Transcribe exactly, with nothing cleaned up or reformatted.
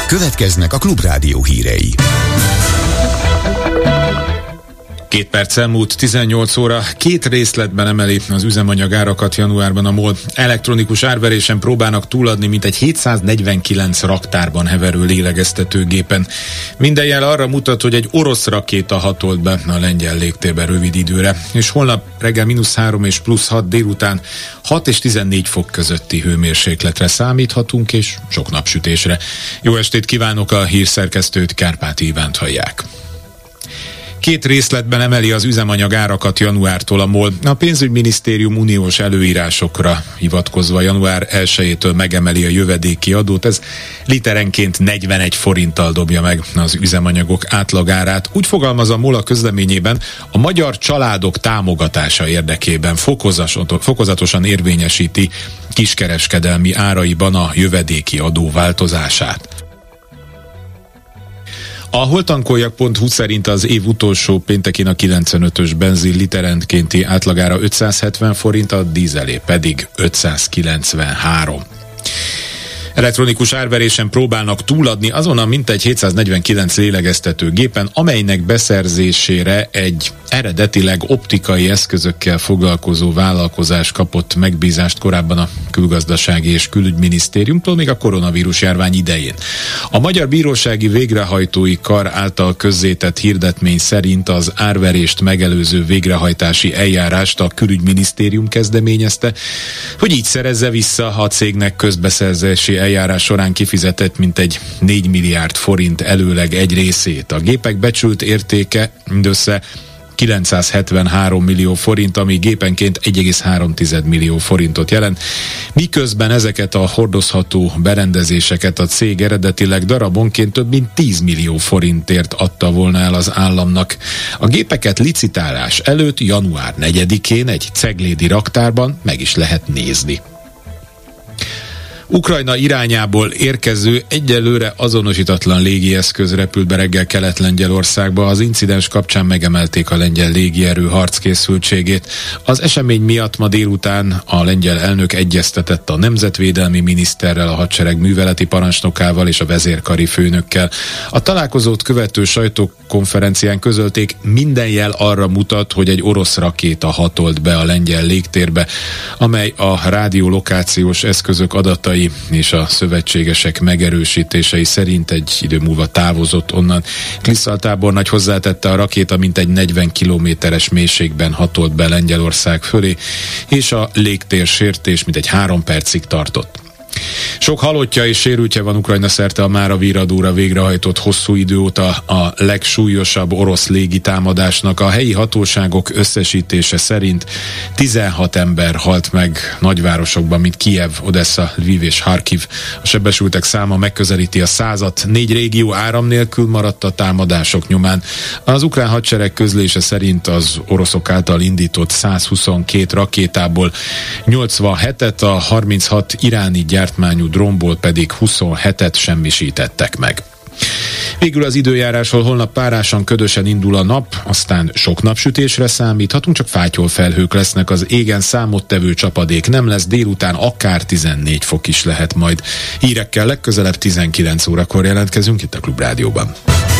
Következnek a Klubrádió hírei. Két perc elmúlt tizennyolc óra, két részletben emeli az üzemanyag árakat januárban a MOL. Elektronikus árverésen próbálnak túladni mintegy hétszáznegyvenkilenc raktárban heverő lélegeztetőgépen. Minden jel arra mutat, hogy egy orosz rakéta hatolt be a lengyel légtérbe rövid időre, és holnap reggel mínusz három és plusz hat, délután hat és tizennégy fok közötti hőmérsékletre számíthatunk, és sok napsütésre. Jó estét kívánok, a hírszerkesztőt, Kárpáti Ivánt hallják. Két részletben emeli az üzemanyag árakat januártól a MOL. A pénzügyminisztérium uniós előírásokra hivatkozva január elsejétől megemeli a jövedéki adót. Ez literenként negyvenegy forinttal dobja meg az üzemanyagok átlagárát. Úgy fogalmaz a MOL a közleményében, a magyar családok támogatása érdekében fokozatosan érvényesíti kiskereskedelmi áraiban a jövedéki adó változását. A holtankoljak pont hu szerint az év utolsó péntekén a kilencvenötös benzin literenkénti átlagára ötszázhetven forint, a dízelé pedig ötszázkilencvenhárom. Elektronikus árverésen próbálnak túladni azon a mintegy hétszáznegyvenkilenc lélegeztető gépen, amelynek beszerzésére egy eredetileg optikai eszközökkel foglalkozó vállalkozás kapott megbízást korábban a Külgazdasági és Külügyminisztériumtól, még a koronavírus járvány idején. A Magyar Bírósági Végrehajtói Kar által közzétett hirdetmény szerint az árverést megelőző végrehajtási eljárást a Külügyminisztérium kezdeményezte, hogy így szerezze vissza a cégnek közbeszerzési eljárás során kifizetett mintegy négy milliárd forint előleg egy részét. A gépek becsült értéke mindössze kilencszázhetvenhárom millió forint, ami gépenként egy egész három millió forintot jelent, miközben ezeket a hordozható berendezéseket a cég eredetileg darabonként több mint tíz millió forintért adta volna el az államnak. A gépeket licitálás előtt január negyedikén egy ceglédi raktárban meg is lehet nézni. Ukrajna irányából érkező, egyelőre azonosítatlan légieszköz repült be reggel Kelet-Lengyelországba. Az incidens kapcsán megemelték a lengyel légierő harckészültségét. Az esemény miatt ma délután a lengyel elnök egyeztetett a nemzetvédelmi miniszterrel, a hadsereg műveleti parancsnokával és a vezérkari főnökkel. A találkozót követő sajtókonferencián közölték, minden jel arra mutat, hogy egy orosz rakéta hatolt be a lengyel légtérbe, amely a rádiolokációs eszközök adatai és a szövetségesek megerősítései szerint egy idő múlva távozott onnan. Klisztal tábornagy hozzátette, a rakéta mintegy negyven kilométeres mélységben hatolt be Lengyelország fölé, és a légtérsértés mintegy három percig tartott. Sok halottja és sérültje van Ukrajna szerte a mára Viradóra végrehajtott hosszú idő óta a legsúlyosabb orosz légitámadásnak. A helyi hatóságok összesítése szerint tizenhat ember halt meg nagyvárosokban, mint Kijev, Odessa, Lviv és Harkiv. A sebesültek száma megközelíti a százat. Négy régió áram nélkül maradt a támadások nyomán. Az ukrán hadsereg közlése szerint az oroszok által indított százhuszonkét rakétából nyolcvanhetet, a harminchat iráni gyártmányú drónból pedig huszonhetet semmisítettek meg. Végül az időjárásról: holnap párásan, ködösen indul a nap, aztán sok napsütésre számíthatunk, csak fátyol felhők lesznek az égen, számottevő csapadék nem lesz, délután akár tizennégy fok is lehet majd. Hírekkel legközelebb tizenkilenc órakor jelentkezünk itt a Klubrádióban.